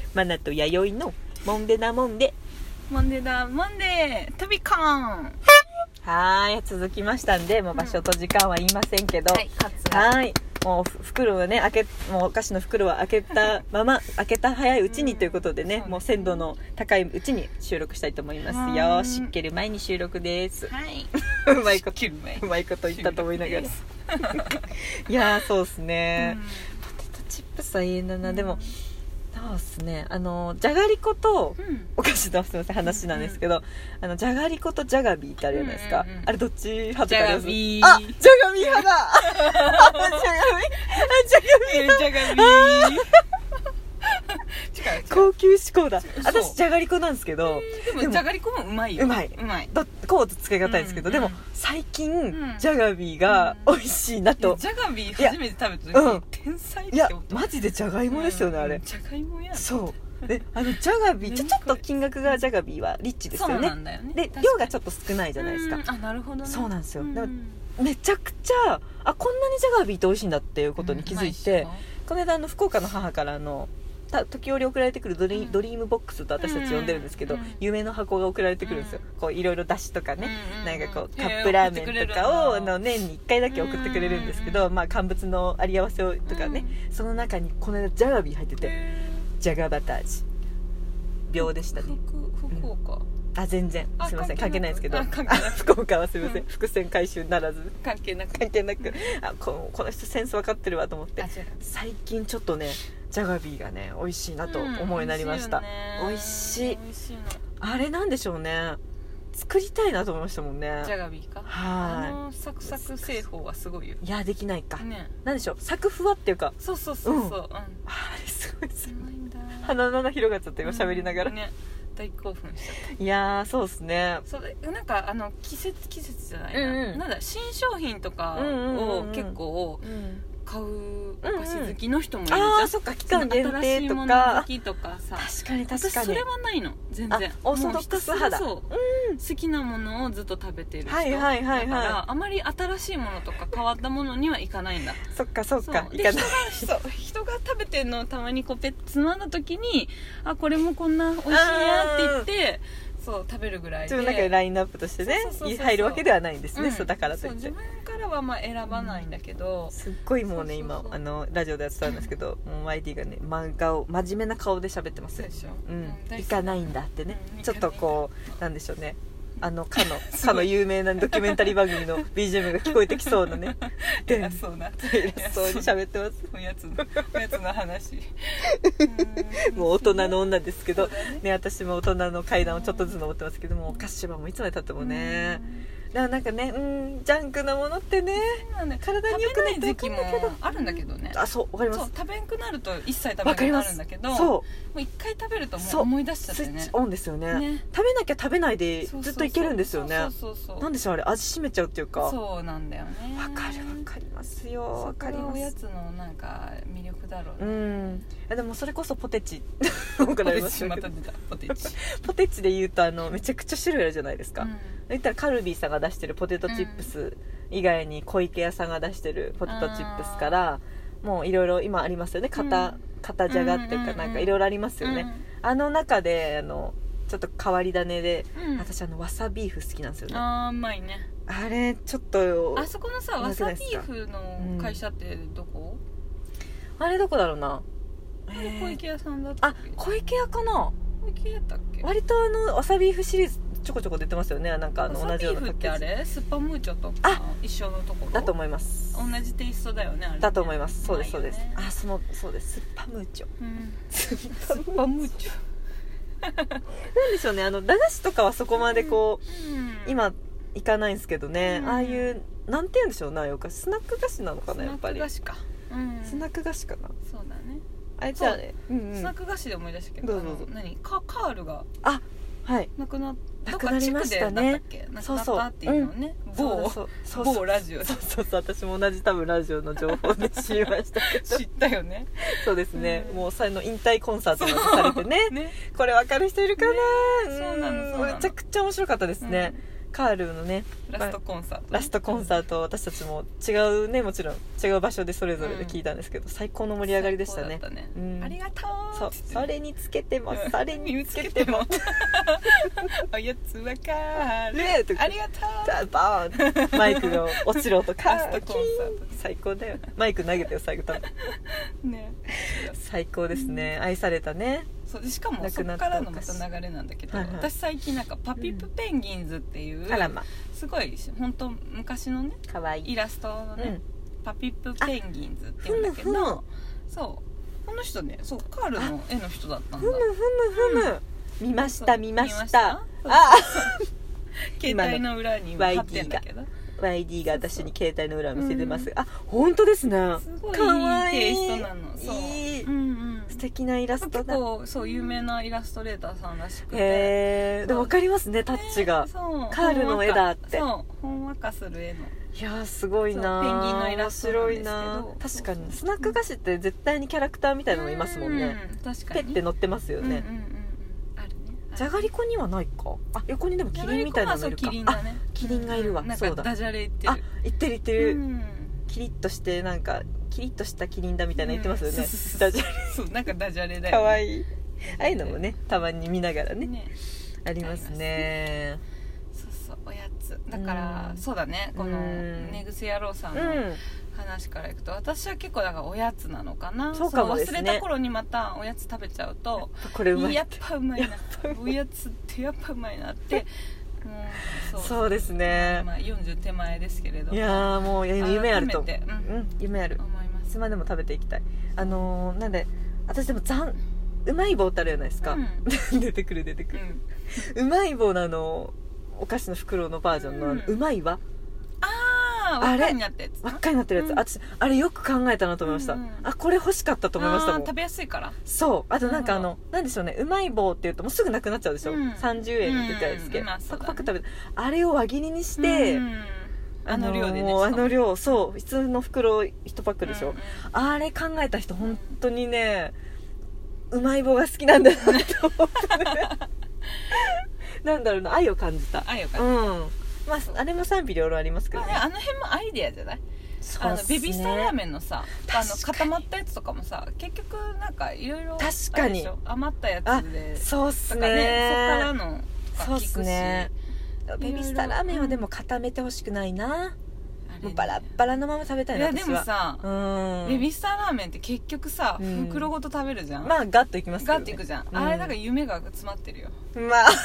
マナと弥生のモンデダモンデモンデだモンデ飛びコーン。 はい続きましたんで、もう場所と時間は言いませんけど、 はいカツはいもう袋をねもうお菓子の袋は開けたまま開けた早いうちにということでね、もう鮮度の高いうちに収録したいと思いますよ。湿気る前に収録です。 はい。 うまいこと切る前。 うまいこと言ったと思いながらいやそうですね、ポテトチップスはいいな、でもそうですね、じゃがりことお菓子のすみません話なんですけど、じゃがりことジャガビーってあるじゃないですか、あれどっち派とかあります？ ジャガビーあ、ジャガビー派だジャガビー高級志向だ。私じゃがりこなんですけど、 でもじゃがりこもうまいよ。 うまいこうと使い方いですけど、でも最近ジャガビーが美味しいなと。 ジャガビー初めて食べた時天才って思った。 マジでじゃがいもですよねあれ。 じゃがいもや。 そうでジャガビーちょっと金額がジャガビーはリッチですよね。 そうなんだよね。 で量がちょっと少ないじゃないですか。 あ、なるほどね。 そうなんですよ。だからめちゃくちゃこんなにジャガビーって美味しいんだっていうことに気づいて、この間福岡の母から時折送られてくるドリームボックスと私たち呼んでるんですけど、夢の箱が送られてくるんですよ。こういろいろだしとかね、なんかこうカップラーメンとかを年に1回だけ送ってくれるんですけど、まあ乾物のあり合わせをとかね、その中にこの間ジャガビー入ってて、ジャガバター味秒でしたね。 福岡全然すいません関係ないですけど、福岡はすいません、伏線回収ならず関係なくこの人センス分かってるわと思って、最近ちょっとねジャガビーがね美味しいなと思うようになりました。美味しい。あれなんでしょうね、作りたいなと思いましたもんね。 ジャガビーか。 はい。 サクサク製法はすごいよ。 いやできないか。 ね。 なんでしょう、サクふわっていうか。 そう。 あれすごいです。鼻の穴広がっちゃった今喋りながら。 ね。大興奮しちゃった。 いやそうですね。 それなんか季節じゃないな。なんだ新商品とかを結構買うお菓子好きの人もいるじゃん。 そっか、期間限定とか新しいもの好きとかさ。 確かに私それはないの全然。 オーソドックス派だ。 好きなものをずっと食べてる人だからあまり新しいものとか変わったものにはいかないんだ。 そっか行かない。 人が食べてるのをたまにこうペッつまんだ時にこれもこんな美味しいなって言って食べるぐらいで、 自分の中でラインナップとしてね入るわけではないんですね。だからといって自分からは選ばないんだけど、 すっごいもうね今ラジオでやってたんですけど、もう YD がね真面目な顔で喋ってますよ。行かないんだってね、ちょっとこうなんでしょうね、かの有名なドキュメンタリー番組の BGM が聞こえてきそうなね偉そうに喋ってます。 おやつの話もう大人の女ですけどね、私も大人の階段をちょっとずつ登ってますけども、お菓子はもういつまでたってもね、なんかねジャンクなものってね体に良くない時期もあるんだけどね。 そうわかります。 食べんくなると一切食べなくなるんだけど、もう一回食べるともう思い出しちゃってね、 スイッチオンですよね。食べなきゃ食べないでずっといけるんですよね。なんでしょう、あれ味しめちゃうっていうか。 そうなんだよね。 わかりますよ。わかります。 おやつのなんか魅力だろうね。でもそれこそポテチまた出たポテチで言うとめちゃくちゃ種類あるじゃないですか。言ったらカルビーさんが出してるポテトチップス以外に小池屋さんが出してるポテトチップスから、もういろいろ今ありますよね。肩じゃがっていうかなんかいろいろありますよね。中でちょっと変わり種で、私わさビーフ好きなんですよね。 うまいね。 あれちょっとそこのさわさビーフの会社ってどこ？ あれどこだろうな。 小池屋さんだったっけ？ 小池屋かな。 小池屋だっけ？ 割とわさビーフシリーズちょこちょこ出てますよね。なんか同じようなパッケージ。 わさビーフってあれスッパムーチョとか一緒のところだと思います。 同じテイストだよねあれね。 だと思います。そうですそうです。そうです。スッパムーチョ。 スッパムーチョなんでしょうね、駄菓子とかはそこまでこう、今いかないんですけどね、ああいうなんて言うんでしょうな、スナック菓子なのかな、やっぱりスナック菓子かな。 そうだね。 じゃあね、 スナック菓子で思い出したけど、カールがなくなりましたね。 なくなったっていうのね、某ラジオ。 そう私も同じ多分ラジオの情報で知りましたけど知ったよね。 そうですね、もうそれの引退コンサートがされてねこれ分かる人いるかな。 そうなの。 めちゃくちゃ面白かったですね。 カールのねラストコンサート私たちも違うね、もちろん違う場所でそれぞれで聞いたんですけど、最高の盛り上がりでしたね。 ありがとう。 そう、それにつけてもそれにつけてもおやつわかる、ありがとう、 バーンマイクが落ちろとかラストコンサート最高だよ。マイク投げてよ最後多分ね、 最高ですね。愛されたね。 そうでしかもそこからのまた流れなんだけど、はいはい、私最近なんかパピプペンギンズっていう、すごい本当昔のねかわいいイラストのね、パピプペンギンズっていうんだけど、そうこの人ね、そうカールの絵の人だったんだ。 見ました。 携帯の裏に貼ってんだけど、 YD が私に携帯の裏を見せてます。本当ですね。 すごいいいテイストなの。 いい、素敵なイラストだ。 結構そう有名なイラストレーターさんらしくて、 でも分かりますね、タッチが、カールの絵だって。 そうほんわかする絵の、 いやすごいな。 ペンギンのイラストなんですけど、 確かにスナック菓子って絶対にキャラクターみたいなのいますもんね。 確かにペッて乗ってますよね。じゃがりこにはないか。横にでもキリンみたいなのいるか。キリンがいるわ。 そうだ、ダジャレ言ってる。 言ってる、キリッとしてなんかキリッとしたキリンだみたいな言ってますよね。ダジャレ。 そうなんかダジャレだよね。 かわいい。ああいうのもねたまに見ながらねありますね。 そうおやつだからそうだね、この寝癖野郎さんの話からいくと、私は結構だからおやつなのかな。 そうかもですね。 忘れた頃にまたおやつ食べちゃうと、 これうまい、 やっぱうまいなおやつってやっぱうまいなってそうですね。 40手前ですけれど、 いやもう夢あると夢ある。 思います。 いつまでも食べていきたい。なんで私でもうまい棒ってあるじゃないですか、出てくる、うまい棒のお菓子の袋のバージョンのうまいわ、 輪っかになったやつ、 輪っかになってるやつ、私あれよく考えたなと思いました。これ欲しかったと思いましたもん。 食べやすいから。 そう、あとなんかなんでしょうね、うまい棒っていうともうすぐなくなっちゃうでしょ、30円に出たやつけ、パクパク食べて、あれを輪切りにして、 あの量でね、 あの量、そう普通の袋1パックでしょ、あれ考えた人本当にね、うまい棒が好きなんだなと思ってねなんだろうな、愛を感じた。まああれも賛否両論ありますけどね。 あの辺もアイデアじゃない？ベビースターラーメンのさ、固まったやつとかもさ、結局なんかいろいろ確かに余ったやつで、 そうっすね、 そっからのそうっすね。ベビースターラーメンはでも固めてほしくないな、もうバラバラのまま食べたいな。 いやでもさ、ベビースターラーメンって結局さ、袋ごと食べるじゃん。 まあガッといきますけどね。 ガッといくじゃん、あれなんか夢が詰まってるよ。 まあ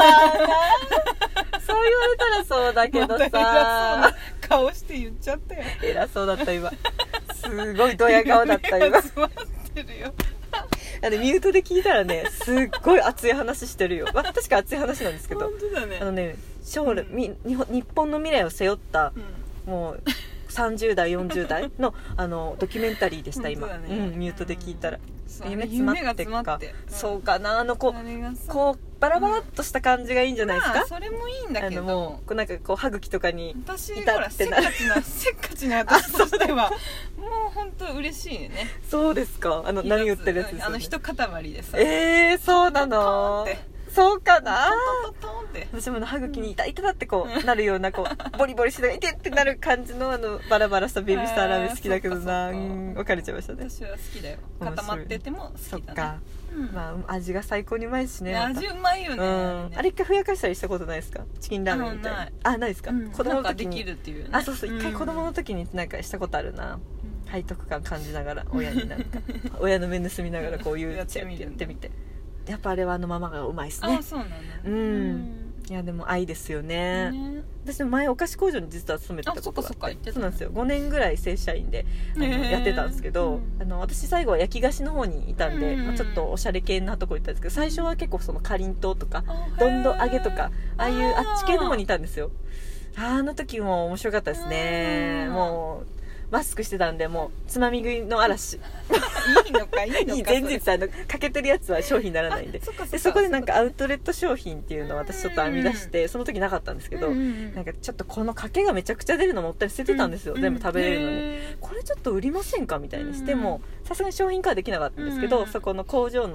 そう言われたらそうだけどさ、 偉そうな顔して言っちゃったよ。 偉そうだった今、すごいドヤ顔だった今。 詰まってるよ。 ミュートで聞いたらね、すっごい熱い話してるよ。確か熱い話なんですけど、 本当だね。 将来、日本の未来を背負った、もう30代40代のドキュメンタリーでした今、ミュートで聞いたら。夢詰まってか、そうかな、こうバラバラっとした感じがいいんじゃないですか。 それもいいんだけど、 もうなんかこう歯茎とかに私ほらせっかちな私としてはもう本当嬉しいね。 そうですか。何言ってるやつですよね。 一塊でさ、 そうなの。そうかな。 トンって私も歯茎に痛いってこうなるような、こうボリボリして痛いってなる感じのバラバラしたベビースターラーメン好きだけどな。分かれちゃいましたね。 私は好きだよ。固まってても好きだね。そっか。 まあ味が最高にうまいしね。 味うまいよね。 あれ一回ふやかしたりしたことないですか？チキンラーメンみたいな。ないですか？子供の時にできるっていうね。そう一回子供の時になんかしたことあるな。背徳感感じながら親になんか親の目盗みながらこうやってみて。やっぱあれはママがうまいっすね。 そうなんだ。 いやでも愛ですよね。私も前お菓子工場に実は勤めてたことがあって、そうなんですよ。5年ぐらい正社員でやってたんですけど、私最後は焼き菓子の方にいたんで、ちょっとおしゃれ系なとこ行ったんですけど、最初は結構そのかりんとうとかどんどん揚げとかあっち系の方にいたんですよ。あの時も面白かったですね。もうマスクしてたんで、もうつまみ食いの嵐。 いいのか全然かけてるやつは商品にならないんで、そこでなんかアウトレット商品っていうのを私ちょっと編み出して、その時なかったんですけど、なんかちょっとこのかけがめちゃくちゃ出るのもったり捨ててたんですよ、全部食べれるのに。これちょっと売りませんかみたいにしても、さすがに商品化はできなかったんですけど、そこの工場の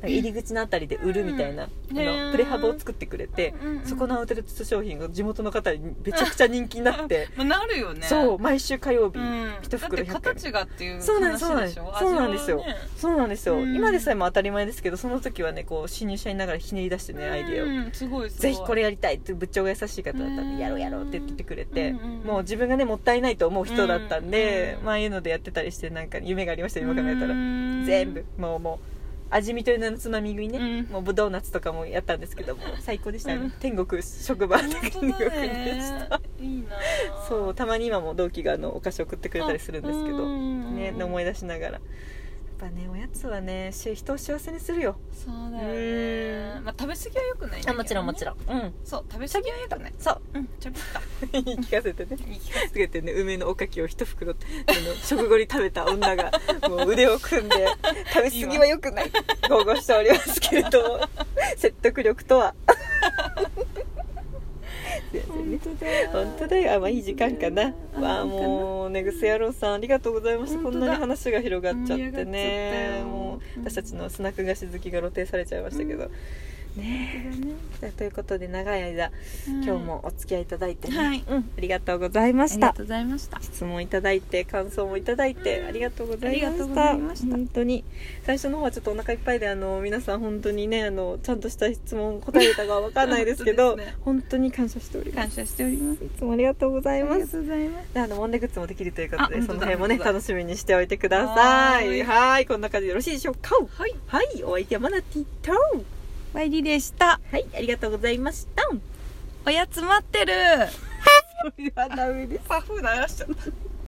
入り口のあたりで売るみたいな、プレハブを作ってくれて、そこのアウトレット商品が地元の方にめちゃくちゃ人気になってなるよね。 そう毎週火曜日一袋100円、 だって形がっていう話でしょ。 そうなんですよ、そうなんですよ、今でさえも当たり前ですけど、その時はねこう新入社員ながらひねり出してねアイディアを、 すごいぜひこれやりたいって部長が優しい方だったんで、やろうやろうって言ってくれて、もう自分がねもったいないと思う人だったんで、ああいうのでやってたりして、なんか夢がありました今考えたら。全部もう味見という名のつまみ食いね、もうぶどう夏とかもやったんですけども最高でしたね、天国職場って感覚でしたいいな。 そうたまに今も同期がお菓子送ってくれたりするんですけどね、思い出しながら、やっぱねおやつはね人を幸せにするよ。 そうだよね。まあ食べ過ぎは良くないんだけどね。 もちろんもちろん、 そう食べ過ぎは良くない。 そうちょびっと言い聞かせてね、つけてね、梅のおかきを一袋食後に食べた女がもう腕を組んで食べ過ぎは良くない豪語しておりますけれども説得力とは本当だよ。まあいい時間かな。もう寝癖野郎さんありがとうございました。こんなに話が広がっちゃってね、もう私たちのスナック菓子好きが露呈されちゃいましたけど、ねということで長い間、今日もお付き合いいただいて、ありがとうございました。質問いただいて感想もいただいてありがとうございました。本当に最初の方はちょっとお腹いっぱいで皆さん本当にねちゃんとした質問答えたかわかんないですけど本当に感謝しております。いつもありがとうございます。モンデグッズもできるということで、その辺もね楽しみにしておいてください。はい、こんな感じでよろしいでしょうか。はい、お相手はマナティとワイリでした。 はい、ありがとうございました。 おやつ待ってる。 それはダメです。 パフ鳴らしちゃった。